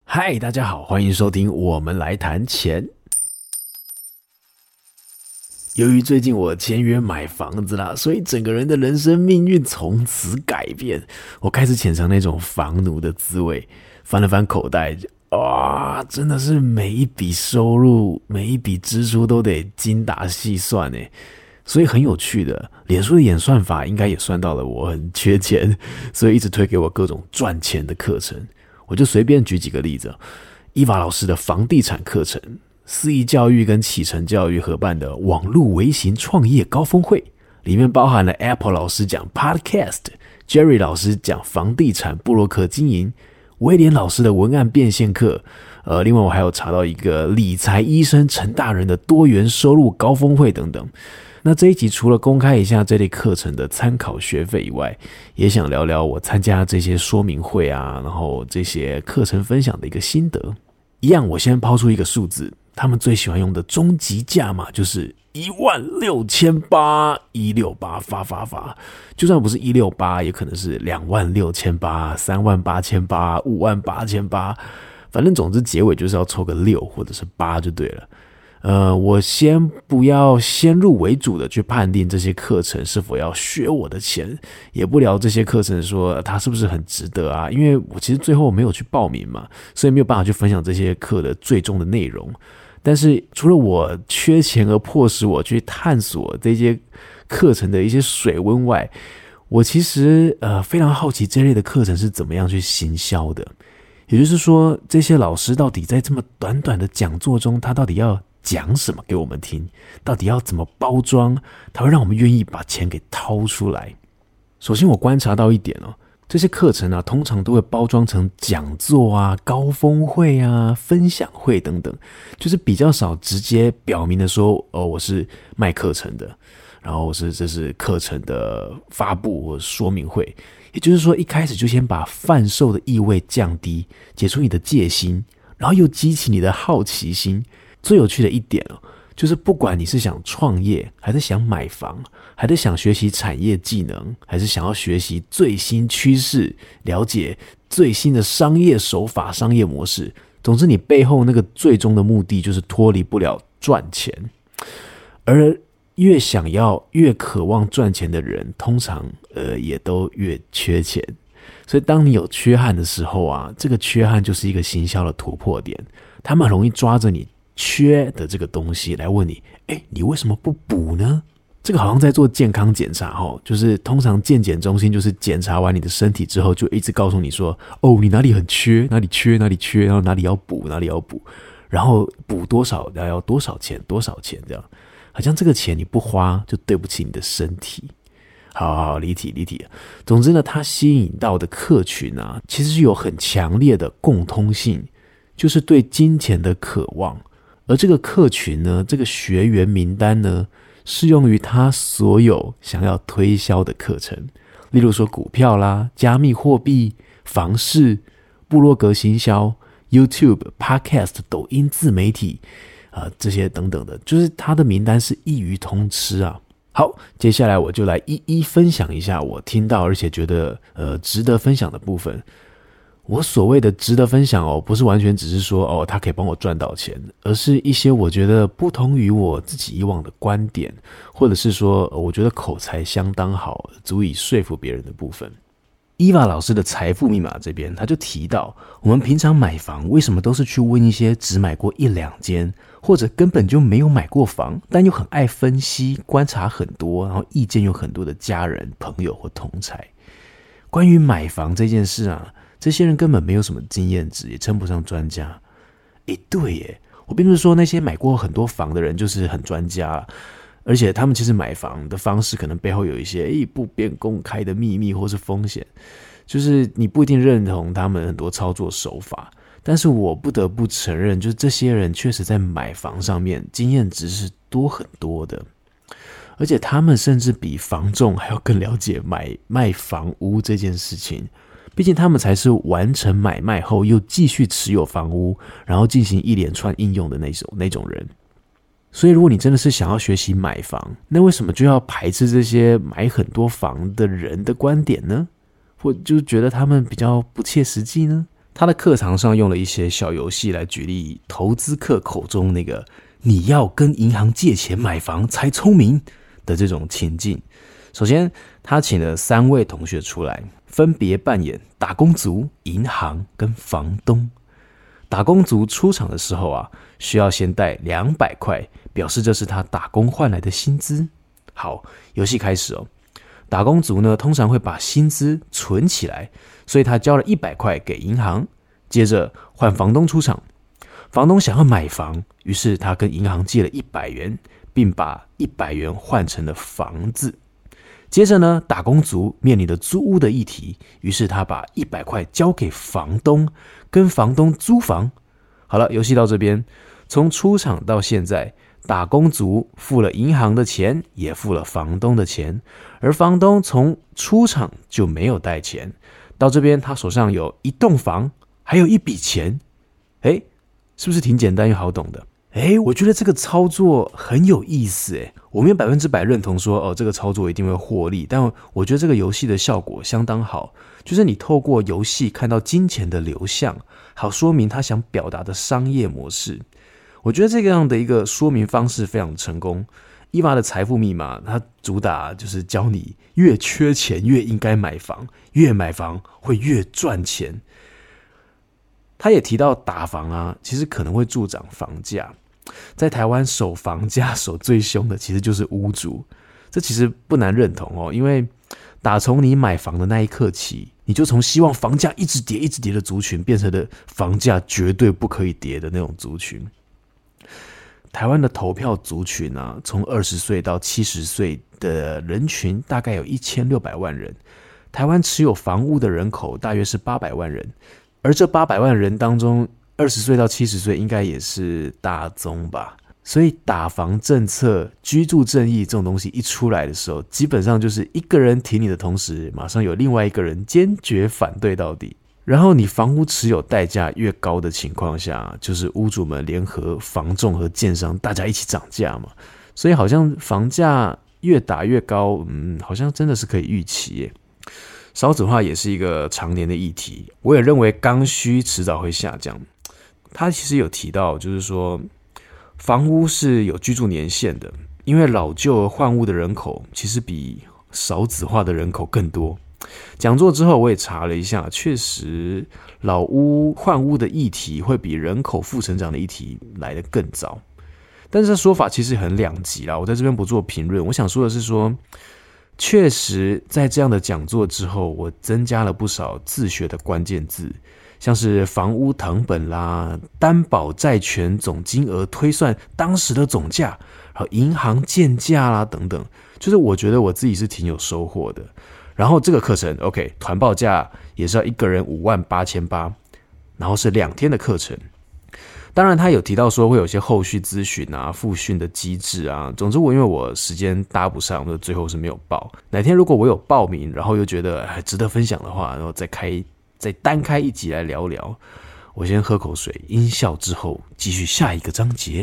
嗨，大家好，欢迎收听我们来谈钱。由于最近我签约买房子啦，所以整个人的人生命运从此改变。我开始浅尝那种房奴的滋味，翻了翻口袋，哇，真的是每一笔收入、每一笔支出都得精打细算耶。所以很有趣的，脸书的演算法应该也算到了我很缺钱，所以一直推给我各种赚钱的课程。我就随便举几个例子，伊娃老师的房地产课程，思义教育跟启程教育合办的网络微型创业高峰会，里面包含了 Apple 老师讲 Podcast， Jerry 老师讲房地产部落客经营，威廉老师的文案变现课，另外我还有查到一个理财医生陈大人的多元收入高峰会等等。那这一集除了公开一下这类课程的参考学费以外，也想聊聊我参加这些说明会啊，然后这些课程分享的一个心得。一样，我先抛出一个数字，他们最喜欢用的终极价码就是16800， 168发，就算不是168，也可能是26800、38800、58800，反正总之结尾就是要抽个6或者是8就对了。我先不要先入为主的去判定这些课程是否要削我的钱，也不聊这些课程说它是不是很值得啊，因为我其实最后没有去报名嘛，所以没有办法去分享这些课的最终的内容。但是除了我缺钱而迫使我去探索这些课程的一些水温外，我其实非常好奇这类的课程是怎么样去行销的。也就是说，这些老师到底在这么短短的讲座中，他到底要讲什么给我们听，到底要怎么包装，他会让我们愿意把钱给掏出来。首先我观察到一点这些课程啊，通常都会包装成讲座啊、高峰会啊、分享会等等，就是比较少直接表明的说我是卖课程的，然后这是课程的发布或说明会。也就是说，一开始就先把贩售的意味降低，解除你的戒心，然后又激起你的好奇心。最有趣的一点就是不管你是想创业，还是想买房，还是想学习产业技能，还是想要学习最新趋势，了解最新的商业手法、商业模式，总之你背后那个最终的目的就是脱离不了赚钱。而越想要、越渴望赚钱的人，通常也都越缺钱。所以当你有缺憾的时候啊，这个缺憾就是一个行销的突破点。他们很容易抓着你缺的这个东西来问你，你为什么不补呢？这个好像在做健康检查就是通常健检中心就是检查完你的身体之后，就一直告诉你说，你哪里很缺，哪里缺，然后哪里要补，然后补多少要多少钱，这样。好像这个钱你不花就对不起你的身体。好，离题。总之呢，它吸引到的客群啊，其实是有很强烈的共通性，就是对金钱的渴望。而这个客群呢，这个学员名单呢，适用于他所有想要推销的课程，例如说股票啦、加密货币、房市、部落格行销、YouTube、Podcast、抖音自媒体这些等等的，就是他的名单是一语通吃啊。好，接下来我就来一一分享一下我听到而且觉得值得分享的部分。我所谓的值得分享不是完全只是说他可以帮我赚到钱，而是一些我觉得不同于我自己以往的观点，或者是说我觉得口才相当好，足以说服别人的部分。伊娃老师的财富密码这边，他就提到，我们平常买房为什么都是去问一些只买过1-2间，或者根本就没有买过房，但又很爱分析、观察很多，然后意见有很多的家人、朋友或同侪。关于买房这件事啊，这些人根本没有什么经验值，也称不上专家。对耶，我并不是说那些买过很多房的人就是很专家，而且他们其实买房的方式可能背后有一些不便公开的秘密或是风险，就是你不一定认同他们很多操作手法。但是我不得不承认，就是这些人确实在买房上面经验值是多很多的，而且他们甚至比房仲还要更了解卖房屋这件事情。毕竟他们才是完成买卖后又继续持有房屋，然后进行一连串应用的那种人。所以如果你真的是想要学习买房，那为什么就要排斥这些买很多房的人的观点呢？或就是觉得他们比较不切实际呢？ 他的课堂上用了一些小游戏来举例投资客口中那个你要跟银行借钱买房才聪明的这种情境。首先他请了3位同学出来，分别扮演打工族、银行跟房东。打工族出场的时候啊，需要先带200块，表示这是他打工换来的薪资。好，游戏开始哦。打工族呢，通常会把薪资存起来，所以他交了100块给银行。接着换房东出场，房东想要买房，于是他跟银行借了100元，并把100元换成了房子。接着呢，打工族面临的租屋的议题，于是他把100块交给房东，跟房东租房。好了，游戏到这边，从出场到现在，打工族付了银行的钱，也付了房东的钱，而房东从出场就没有带钱。到这边，他手上有一栋房，还有一笔钱。是不是挺简单又好懂的？我觉得这个操作很有意思。我没有100%认同说这个操作一定会获利，但我觉得这个游戏的效果相当好，就是你透过游戏看到金钱的流向，好说明他想表达的商业模式。我觉得这个样的一个说明方式非常成功。伊娃的财富密码，它主打就是教你越缺钱越应该买房，越买房会越赚钱。他也提到打房啊，其实可能会助长房价。在台湾守房价守最凶的其实就是屋主，这其实不难认同哦，因为打从你买房的那一刻起，你就从希望房价一直跌一直跌的族群，变成了房价绝对不可以跌的那种族群。台湾的投票族群啊，从20岁到70岁的人群大概有1600万人，台湾持有房屋的人口大约是800万人，而这800万人当中，20岁到70岁应该也是大宗吧。所以打房政策、居住正义这种东西一出来的时候，基本上就是一个人挺你的同时，马上有另外一个人坚决反对到底。然后你房屋持有代价越高的情况下，就是屋主们联合房仲和建商，大家一起涨价嘛。所以好像房价越打越高，好像真的是可以预期耶。少子化也是一个常年的议题，我也认为刚需迟早会下降。他其实有提到，就是说房屋是有居住年限的，因为老旧而换屋的人口其实比少子化的人口更多。讲座之后我也查了一下，确实老屋换屋的议题会比人口负成长的议题来得更早。但是这说法其实很两极啦，我在这边不做评论。我想说的是说，确实在这样的讲座之后，我增加了不少自学的关键字，像是房屋誊本啦、担保债权总金额推算当时的总价，还有银行建价啦等等，就是我觉得我自己是挺有收获的。然后这个课程 OK 团报价也是要一个人58800，然后是2天的课程。当然他有提到说会有些后续咨询啊、复训的机制啊，总之因为我时间搭不上，最后是没有报。哪天如果我有报名，然后又觉得值得分享的话，然后再单开一集来聊聊。我先喝口水，音效之后继续下一个章节。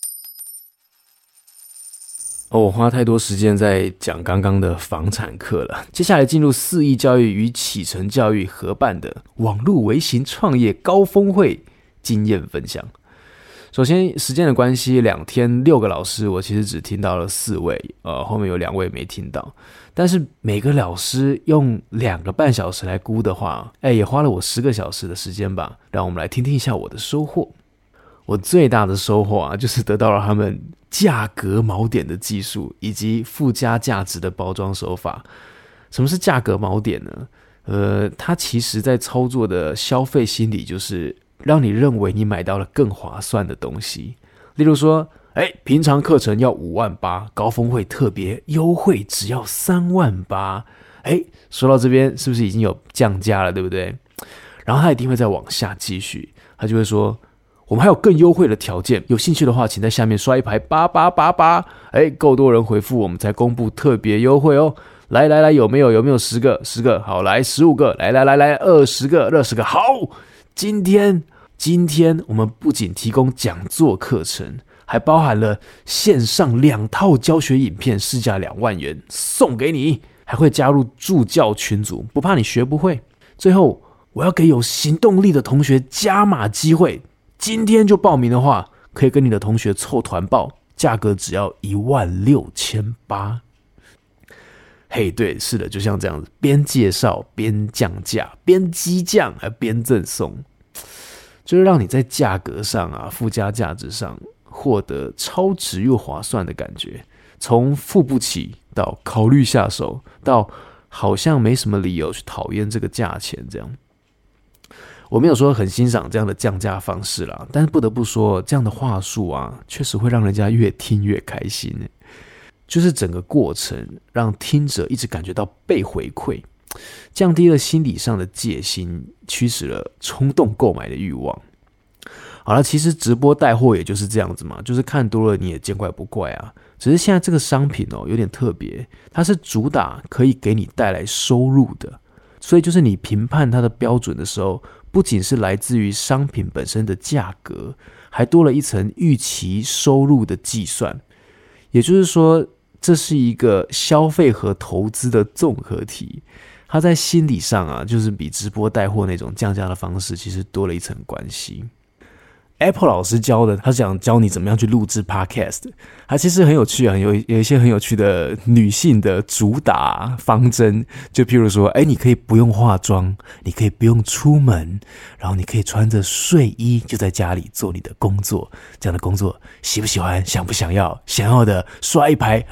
我花太多时间在讲刚刚的房产课了，接下来进入4亿教育与启程教育合办的网络微型创业高峰会经验分享。首先时间的关系，2天6个老师，我其实只听到了4位，后面有2位没听到。但是每个老师用2个半小时来估的话，也花了我10个小时的时间吧。让我们来听听一下我的收获。我最大的收获啊，就是得到了他们价格锚点的技术以及附加价值的包装手法。什么是价格锚点呢？它其实在操作的消费心理就是让你认为你买到了更划算的东西。例如说，平常课程要58000，高峰会特别优惠只要38000。说到这边是不是已经有降价了，对不对？然后他一定会再往下继续，他就会说我们还有更优惠的条件，有兴趣的话请在下面刷一排8888，够多人回复我们才公布特别优惠哦。来，有没有10个？好，来15个，来20个，好。今天我们不仅提供讲座课程，还包含了线上2套教学影片，市价2万元送给你，还会加入助教群组，不怕你学不会。最后我要给有行动力的同学加码机会，今天就报名的话，可以跟你的同学凑团报，价格只要16800。嘿，对，是的，就像这样子，边介绍边降价，边激降还边赠送，就是让你在价格上啊、附加价值上获得超值又划算的感觉。从付不起到考虑下手，到好像没什么理由去讨厌这个价钱，这样。我没有说很欣赏这样的降价方式啦，但是不得不说，这样的话术啊，确实会让人家越听越开心。就是整个过程让听者一直感觉到被回馈，降低了心理上的戒心，驱使了冲动购买的欲望。好了，其实直播带货也就是这样子嘛，就是看多了你也见怪不怪啊。只是现在这个商品有点特别，它是主打可以给你带来收入的，所以就是你评判它的标准的时候，不仅是来自于商品本身的价格，还多了一层预期收入的计算。也就是说，这是一个消费和投资的综合体，它在心理上啊，就是比直播带货那种降价的方式，其实多了一层关系。Apple 老师教的，他想教你怎么样去录制 Podcast， 他其实很有趣啊，有一些很有趣的女性的主打方针，就譬如说，你可以不用化妆，你可以不用出门，然后你可以穿着睡衣就在家里做你的工作，这样的工作喜不喜欢，想不想要，想要的刷一排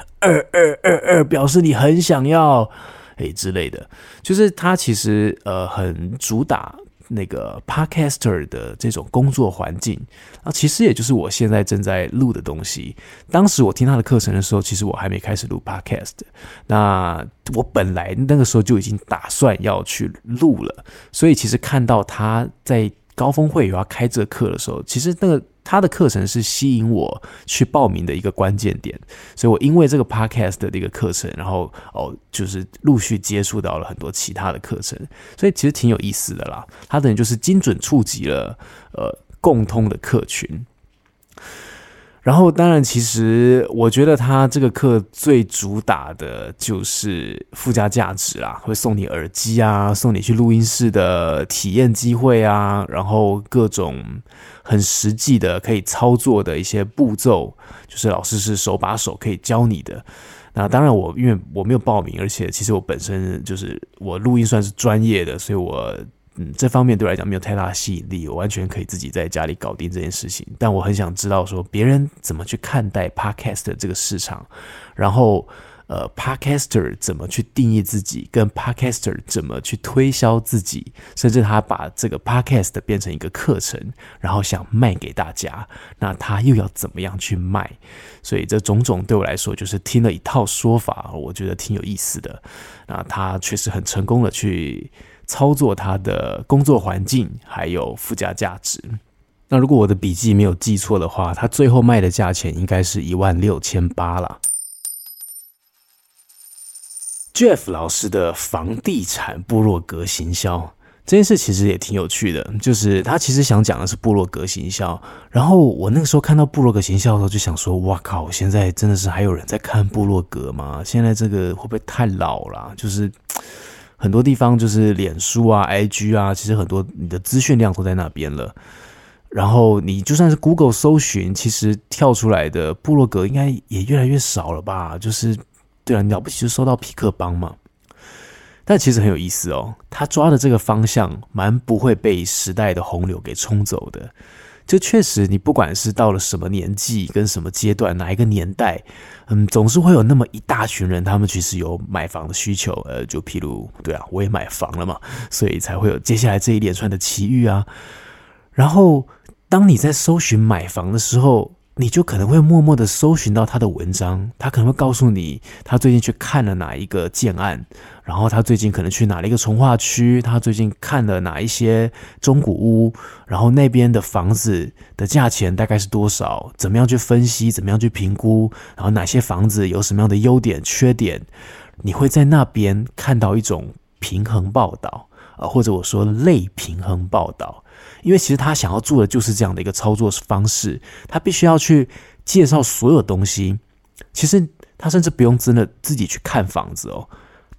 2222，表示你很想要，之类的，就是他其实很主打那个 podcaster 的这种工作环境，其实也就是我现在正在录的东西。当时我听他的课程的时候，其实我还没开始录 podcast， 那我本来那个时候就已经打算要去录了，所以其实看到他在高峰会有要开这课的时候，其实他的课程是吸引我去报名的一个关键点，所以我因为这个 podcast 的一个课程，然后就是陆续接触到了很多其他的课程，所以其实挺有意思的啦。它等于就是精准触及了共通的客群。然后当然其实我觉得他这个课最主打的就是附加价值啦，会送你耳机啊，送你去录音室的体验机会啊，然后各种很实际的可以操作的一些步骤，就是老师是手把手可以教你的。那当然因为我没有报名，而且其实我本身就是我录音算是专业的，所以我这方面对我来讲没有太大的吸引力，我完全可以自己在家里搞定这件事情。但我很想知道说别人怎么去看待 podcast 的这个市场，然后podcaster 怎么去定义自己，跟 podcaster 怎么去推销自己，甚至他把这个 podcast 变成一个课程，然后想卖给大家，那他又要怎么样去卖？所以这种种对我来说就是听了一套说法，我觉得挺有意思的。那他确实很成功的去操作他的工作环境还有附加价值。那如果我的笔记没有记错的话，他最后卖的价钱应该是16800啦。Jeff 老师的房地产部落格行销这件事其实也挺有趣的，就是他其实想讲的是部落格行销，然后我那个时候看到部落格行销的时候就想说，哇靠，现在真的是还有人在看部落格吗？现在这个会不会太老了？就是很多地方就是脸书啊 IG 啊，其实很多你的资讯量都在那边了，然后你就算是 Google 搜寻，其实跳出来的部落格应该也越来越少了吧，就是对啊，你了不起就搜到痞客邦嘛。但其实很有意思哦，他抓的这个方向蛮不会被时代的洪流给冲走的。就确实你不管是到了什么年纪跟什么阶段哪一个年代，总是会有那么一大群人，他们其实有买房的需求，就譬如对啊，我也买房了嘛，所以才会有接下来这一连串的奇遇啊。然后当你在搜寻买房的时候，你就可能会默默的搜寻到他的文章，他可能会告诉你他最近去看了哪一个建案，然后他最近可能去哪一个重划区，他最近看了哪一些中古屋，然后那边的房子的价钱大概是多少，怎么样去分析，怎么样去评估，然后哪些房子有什么样的优点缺点，你会在那边看到一种平衡报道，或者我说类平衡报道。因为其实他想要做的就是这样的一个操作方式，他必须要去介绍所有东西。其实他甚至不用真的自己去看房子哦，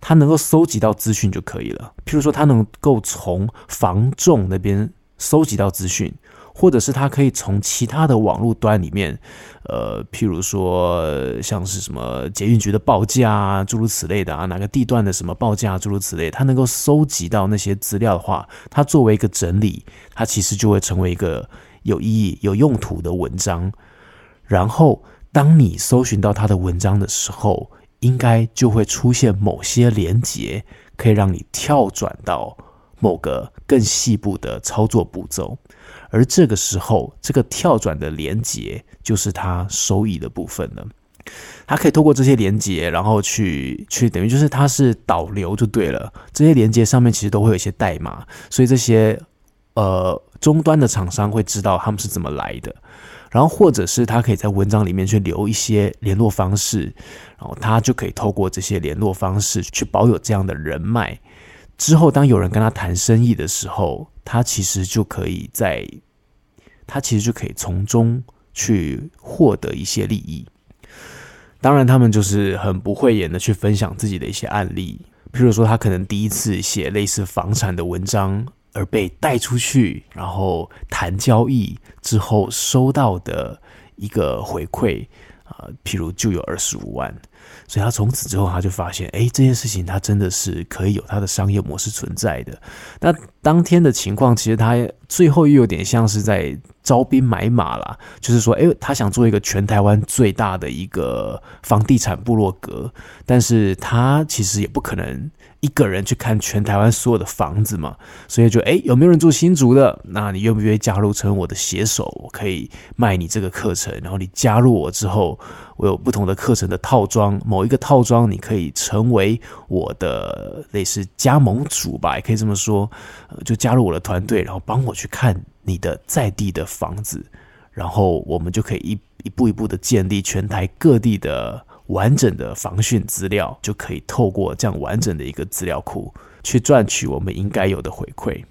他能够搜集到资讯就可以了。譬如说，他能够从房仲那边搜集到资讯，或者是他可以从其他的网络端里面，譬如说像是什么捷运局的报价啊，诸如此类的啊，哪个地段的什么报价，诸如此类，他能够搜集到那些资料的话，他作为一个整理，他其实就会成为一个有意义、有用途的文章。然后，当你搜寻到他的文章的时候，应该就会出现某些连结，可以让你跳转到某个更细部的操作步骤。而这个时候，这个跳转的连结就是它收益的部分了。它可以透过这些连结，然后去等于就是它是导流就对了。这些连结上面其实都会有一些代码，所以这些终端的厂商会知道他们是怎么来的。然后或者是他可以在文章里面去留一些联络方式，然后他就可以透过这些联络方式去保有这样的人脉。之后当有人跟他谈生意的时候，他其实就可以从中去获得一些利益。当然他们就是很不讳言的去分享自己的一些案例，譬如说他可能第一次写类似房产的文章而被带出去，然后谈交易之后收到的一个回馈，譬如就有25万，所以他从此之后他就发现，这件事情他真的是可以有他的商业模式存在的。那当天的情况，其实他最后又有点像是在招兵买马啦，就是说，他想做一个全台湾最大的一个房地产部落格，但是他其实也不可能一个人去看全台湾所有的房子嘛，所以就有没有人住新竹的？那你愿不愿意加入成为我的写手？我可以卖你这个课程，然后你加入我之后，我有不同的课程的套装，某一个套装你可以成为我的类似加盟主吧，也可以这么说，就加入我的团队，然后帮我去看你的在地的房子，然后我们就可以一步一步的建立全台各地的完整的房讯资料，就可以透过这样完整的一个资料库去赚取我们应该有的回馈。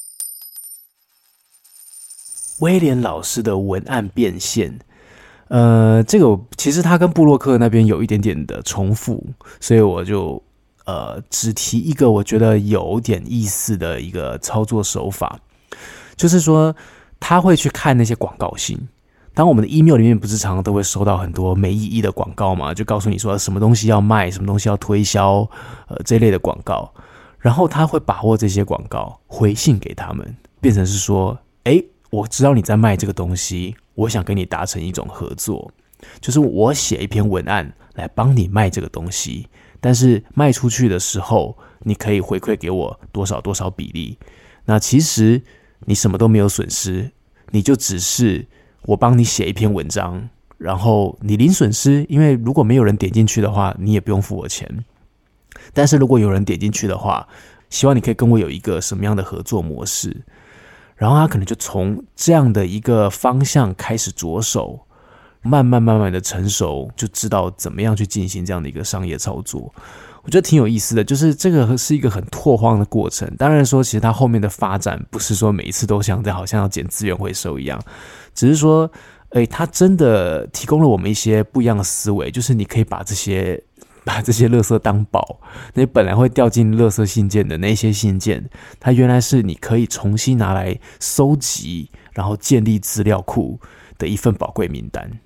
威廉老师的文案变现，这个其实他跟部落客那边有一点点的重复，所以我就只提一个我觉得有点意思的一个操作手法，就是说他会去看那些广告信。当我们的 email 里面不是常常都会收到很多没意义的广告嘛，就告诉你说什么东西要卖，什么东西要推销，这一类的广告，然后他会把握这些广告回信给他们，变成是说，我知道你在卖这个东西，我想跟你达成一种合作，就是我写一篇文案来帮你卖这个东西，但是卖出去的时候你可以回馈给我多少多少比例。那其实你什么都没有损失，你就只是我帮你写一篇文章，然后你零损失，因为如果没有人点进去的话，你也不用付我钱。但是如果有人点进去的话，希望你可以跟我有一个什么样的合作模式，然后他可能就从这样的一个方向开始着手，慢慢的成熟，就知道怎么样去进行这样的一个商业操作。我觉得挺有意思的，就是这个是一个很拓荒的过程。当然说其实它后面的发展不是说每一次都像好像要捡资源回收一样，只是说它真的提供了我们一些不一样的思维，就是你可以把这些垃圾当宝，那本来会掉进垃圾信件的那些信件，它原来是你可以重新拿来搜集，然后建立资料库的一份宝贵名单。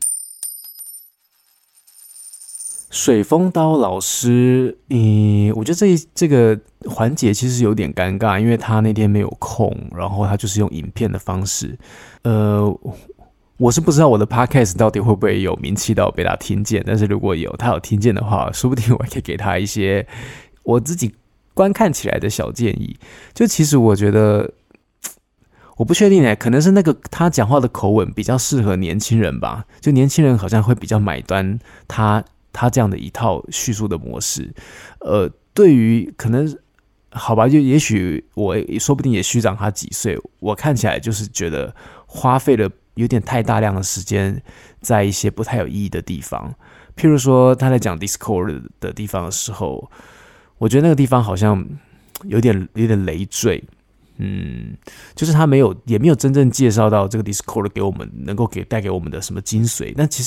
水风刀老师，我觉得这个环节其实有点尴尬，因为他那天没有空，然后他就是用影片的方式，我是不知道我的 podcast 到底会不会有名气到被他听见，但是如果他有听见的话，说不定我可以给他一些我自己观看起来的小建议。就其实我觉得，我不确定可能是那个他讲话的口吻比较适合年轻人吧，就年轻人好像会比较买单他这样的一套叙述的模式。对于可能好吧，就也许我说不定也虚长他几岁，我看起来就是觉得花费了有点太大量的时间在一些不太有意义的地方，譬如说他在讲 Discord 的地方的时候，我觉得那个地方好像有点累赘，就是他也没有真正介绍到这个 Discord 给我们能够带给我们的什么精髓。但其实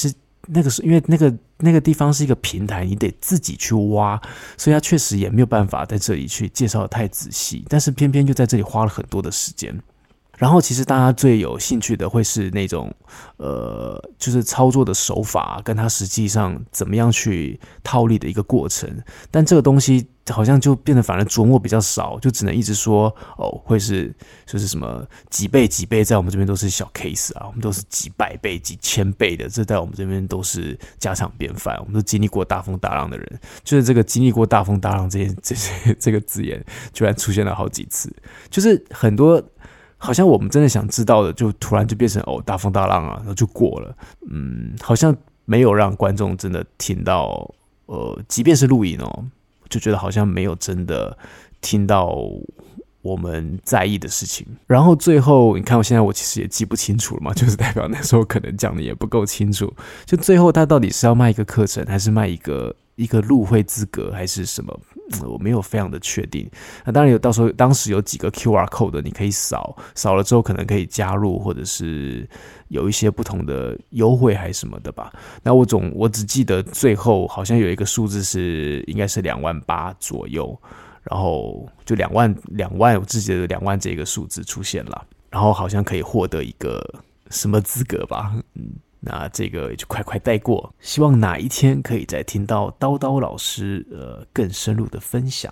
因为那个地方是一个平台，你得自己去挖，所以他确实也没有办法在这里去介绍的太仔细，但是偏偏就在这里花了很多的时间。然后其实大家最有兴趣的会是那种就是操作的手法跟它实际上怎么样去套利的一个过程，但这个东西好像就变得反而琢磨比较少，就只能一直说会是就是什么几倍几倍，在我们这边都是小 case 啊，我们都是几百倍几千倍的，这在我们这边都是家常便饭，我们都经历过大风大浪的人，就是这个经历过大风大浪这个字眼居然出现了好几次，就是很多好像我们真的想知道的，就突然就变成大风大浪啊，然后就过了。好像没有让观众真的听到，即便是录影就觉得好像没有真的听到我们在意的事情。然后最后你看，现在我其实也记不清楚了嘛，就是代表那时候可能讲的也不够清楚。就最后他到底是要卖一个课程，还是卖一个入会资格，还是什么？我没有非常的确定。那当然当时有几个 QR code 你可以扫了之后可能可以加入，或者是有一些不同的优惠还是什么的吧。那我只记得最后好像有一个数字应该是28000左右，然后就2万，我自己的2万这个数字出现了，然后好像可以获得一个什么资格吧。那这个也就快快带过，希望哪一天可以再听到叨叨老师更深入的分享。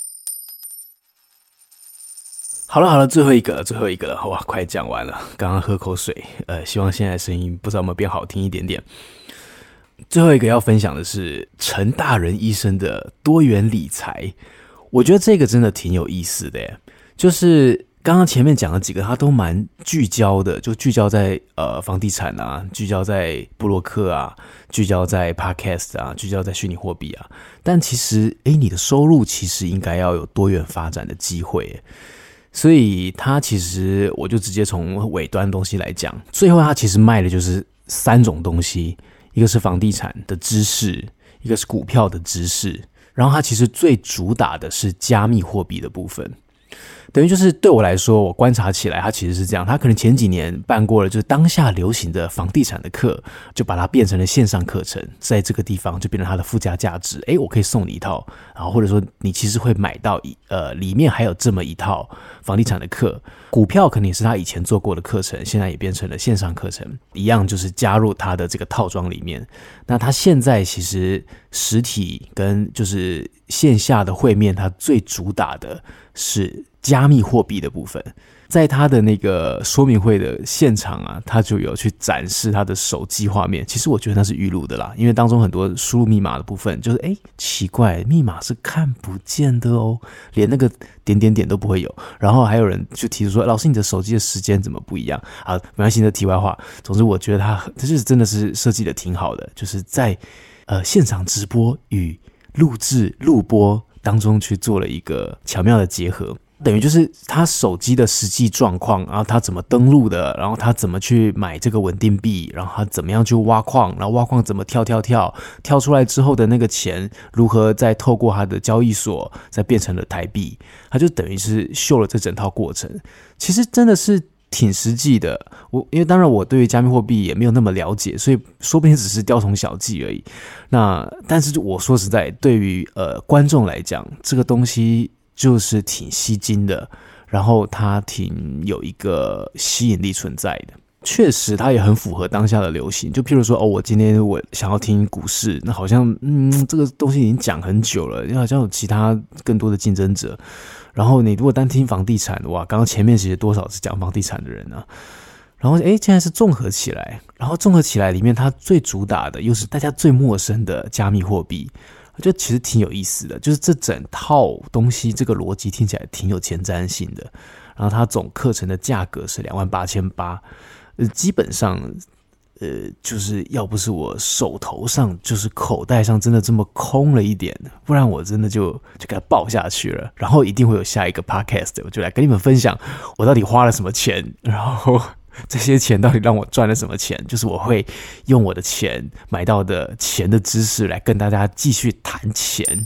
好了，最后一个了，哇，快讲完了，刚刚喝口水，希望现在声音不知道有没有变好听一点点。最后一个要分享的是陈大人医生的多元理财，我觉得这个真的挺有意思的耶，就是刚刚前面讲的几个，它都蛮聚焦的，就聚焦在房地产啊，聚焦在部落客啊，聚焦在 podcast 啊，聚焦在虚拟货币啊。但其实，你的收入其实应该要有多元发展的机会，所以它其实我就直接从尾端东西来讲，最后它其实卖的就是3种东西，一个是房地产的知识，一个是股票的知识，然后它其实最主打的是加密货币的部分。等于就是对我来说，我观察起来它其实是这样，它可能前几年办过了就是当下流行的房地产的课，就把它变成了线上课程，在这个地方就变成它的附加价值，我可以送你一套，然后或者说你其实会买到里面还有这么一套房地产的课。股票可能也是他以前做过的课程，现在也变成了线上课程，一样就是加入他的这个套装里面。那他现在其实实体跟就是线下的会面，他最主打的是加密货币的部分。在他的那个说明会的现场啊，他就有去展示他的手机画面。其实我觉得那是预录的啦，因为当中很多输入密码的部分，就是奇怪，密码是看不见的哦，连那个点点点都不会有。然后还有人就提出说，老师你的手机的时间怎么不一样啊？没关系的，题外话。总之我觉得他就是真的是设计的挺好的，就是在现场直播与录播当中去做了一个巧妙的结合。等于就是他手机的实际状况，然后他怎么登录的，然后他怎么去买这个稳定币，然后他怎么样去挖矿，然后挖矿怎么跳出来之后的那个钱如何再透过他的交易所再变成了台币，他就等于是秀了这整套过程。其实真的是挺实际的，因为当然我对于加密货币也没有那么了解，所以说不定只是雕虫小技而已。但是我说实在，对于观众来讲，这个东西就是挺吸睛的，然后它挺有一个吸引力存在的。确实它也很符合当下的流行，就譬如说我今天我想要听股市，那好像这个东西已经讲很久了，因为好像有其他更多的竞争者。然后你如果单听房地产，哇，刚刚前面其实多少是讲房地产的人啊，然后现在是综合起来，然后综合起来里面它最主打的又是大家最陌生的加密货币。我觉得其实挺有意思的，就是这整套东西这个逻辑听起来挺有前瞻性的。然后它总课程的价格是28800，基本上就是要不是我手头上就是口袋上真的这么空了一点，不然我真的就给它爆下去了。然后一定会有下一个 podcast， 我就来跟你们分享我到底花了什么钱，然后这些钱到底让我赚了什么钱，就是我会用我的钱买到的钱的知识来跟大家继续谈钱。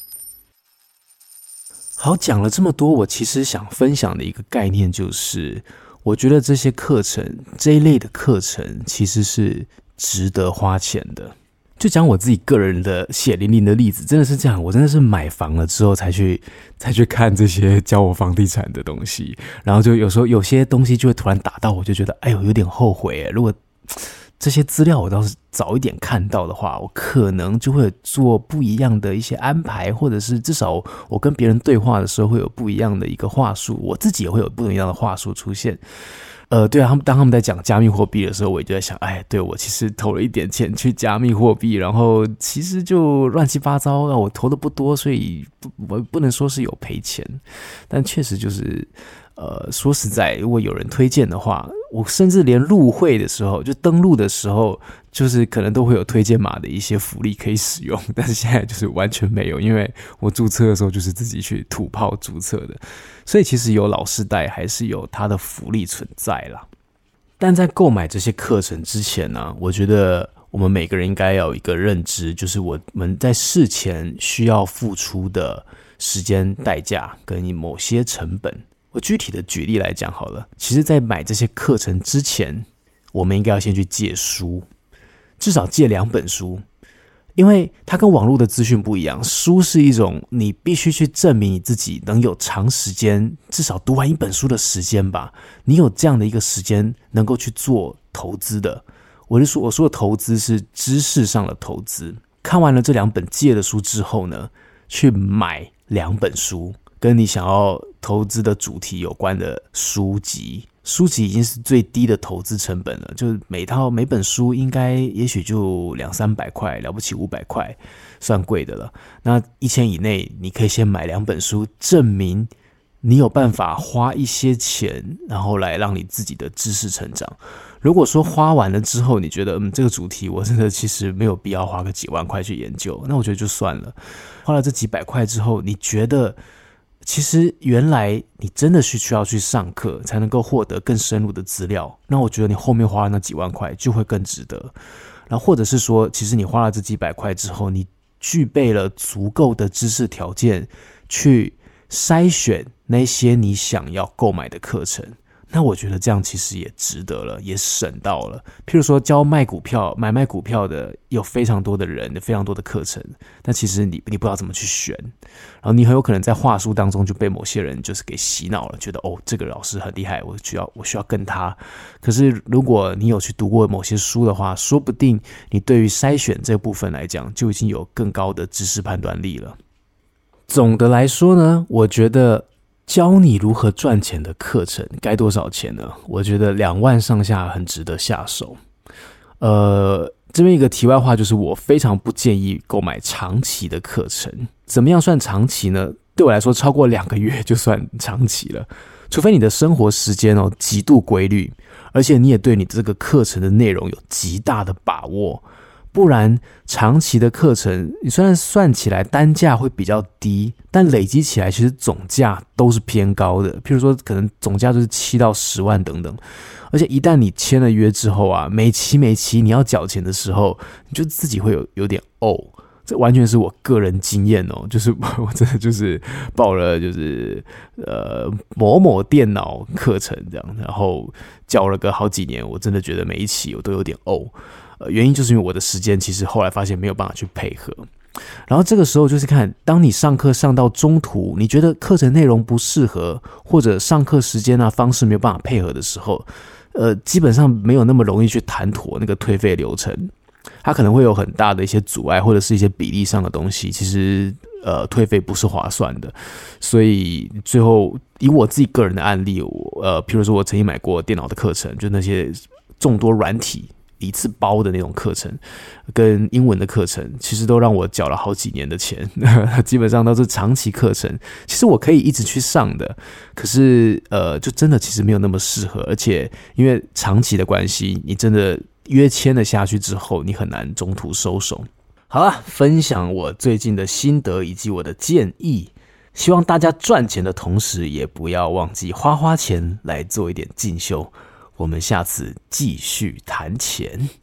好，讲了这么多，我其实想分享的一个概念就是，我觉得这些课程这一类的课程其实是值得花钱的。就讲我自己个人的血淋淋的例子，真的是这样，我真的是买房了之后才去看这些教我房地产的东西，然后就有时候有些东西就会突然打到我，就觉得哎呦有点后悔耶，如果这些资料我倒是早一点看到的话，我可能就会做不一样的一些安排，或者是至少我跟别人对话的时候会有不一样的一个话术，我自己也会有不一样的话术出现。对啊，当他们在讲加密货币的时候，我也就在想，哎，对，我其实投了一点钱去加密货币，然后其实就乱七八糟啊，我投的不多，所以我不能说是有赔钱，但确实就是说实在，如果有人推荐的话，我甚至连入会的时候，就登录的时候，就是可能都会有推荐码的一些福利可以使用，但是现在就是完全没有，因为我注册的时候就是自己去土炮注册的，所以其实有老师带还是有它的福利存在啦。但在购买这些课程之前呢，我觉得我们每个人应该要有一个认知，就是我们在事前需要付出的时间代价跟某些成本。我具体的举例来讲好了，其实在买这些课程之前，我们应该要先去借书，至少借2本书，因为它跟网络的资讯不一样，书是一种你必须去证明你自己能有长时间，至少读完1本书的时间吧，你有这样的一个时间能够去做投资的。我说的投资是知识上的投资。看完了这2本借的书之后呢，去买2本书跟你想要投资的主题有关的书籍已经是最低的投资成本了，就是每本书应该也许就200-300块，了不起500块，算贵的了。那1000以内你可以先买2本书，证明你有办法花一些钱，然后来让你自己的知识成长。如果说花完了之后你觉得这个主题我真的其实没有必要花个几万块去研究，那我觉得就算了。花了这几百块之后，你觉得其实原来你真的是需要去上课才能够获得更深入的资料，那我觉得你后面花了那几万块就会更值得。然后或者是说，其实你花了这几百块之后，你具备了足够的知识条件去筛选那些你想要购买的课程，那我觉得这样其实也值得了，也省到了。譬如说教买卖股票的有非常多的人，非常多的课程，但其实你不知道怎么去选，然后你很有可能在话术当中就被某些人就是给洗脑了，觉得这个老师很厉害，我需要跟他。可是如果你有去读过某些书的话，说不定你对于筛选这部分来讲就已经有更高的知识判断力了。总的来说呢，我觉得教你如何赚钱的课程该多少钱呢？我觉得2万上下很值得下手。这边一个题外话，就是我非常不建议购买长期的课程。怎么样算长期呢？对我来说，超过2个月就算长期了。除非你的生活时间极度规律，而且你也对你这个课程的内容有极大的把握。不然长期的课程你虽然算起来单价会比较低，但累积起来其实总价都是偏高的，譬如说可能总价就是7到10万等等。而且一旦你签了约之后啊，每期你要缴钱的时候，你就自己会有点这完全是我个人经验就是我真的就是报了就是某某电脑课程这样，然后缴了个好几年，我真的觉得每一期我都有点原因就是因为我的时间其实后来发现没有办法去配合。然后这个时候就是看，当你上课上到中途，你觉得课程内容不适合，或者上课时间方式没有办法配合的时候，基本上没有那么容易去谈妥那个退费流程，它可能会有很大的一些阻碍，或者是一些比例上的东西，其实退费不是划算的。所以最后以我自己个人的案例，譬如说我曾经买过电脑的课程，就那些众多软体一次包的那种课程跟英文的课程，其实都让我缴了好几年的钱基本上都是长期课程，其实我可以一直去上的，可是就真的其实没有那么适合，而且因为长期的关系，你真的约签了下去之后，你很难中途收手。好了，分享我最近的心得以及我的建议，希望大家赚钱的同时也不要忘记花钱来做一点进修。我们下次继续谈钱。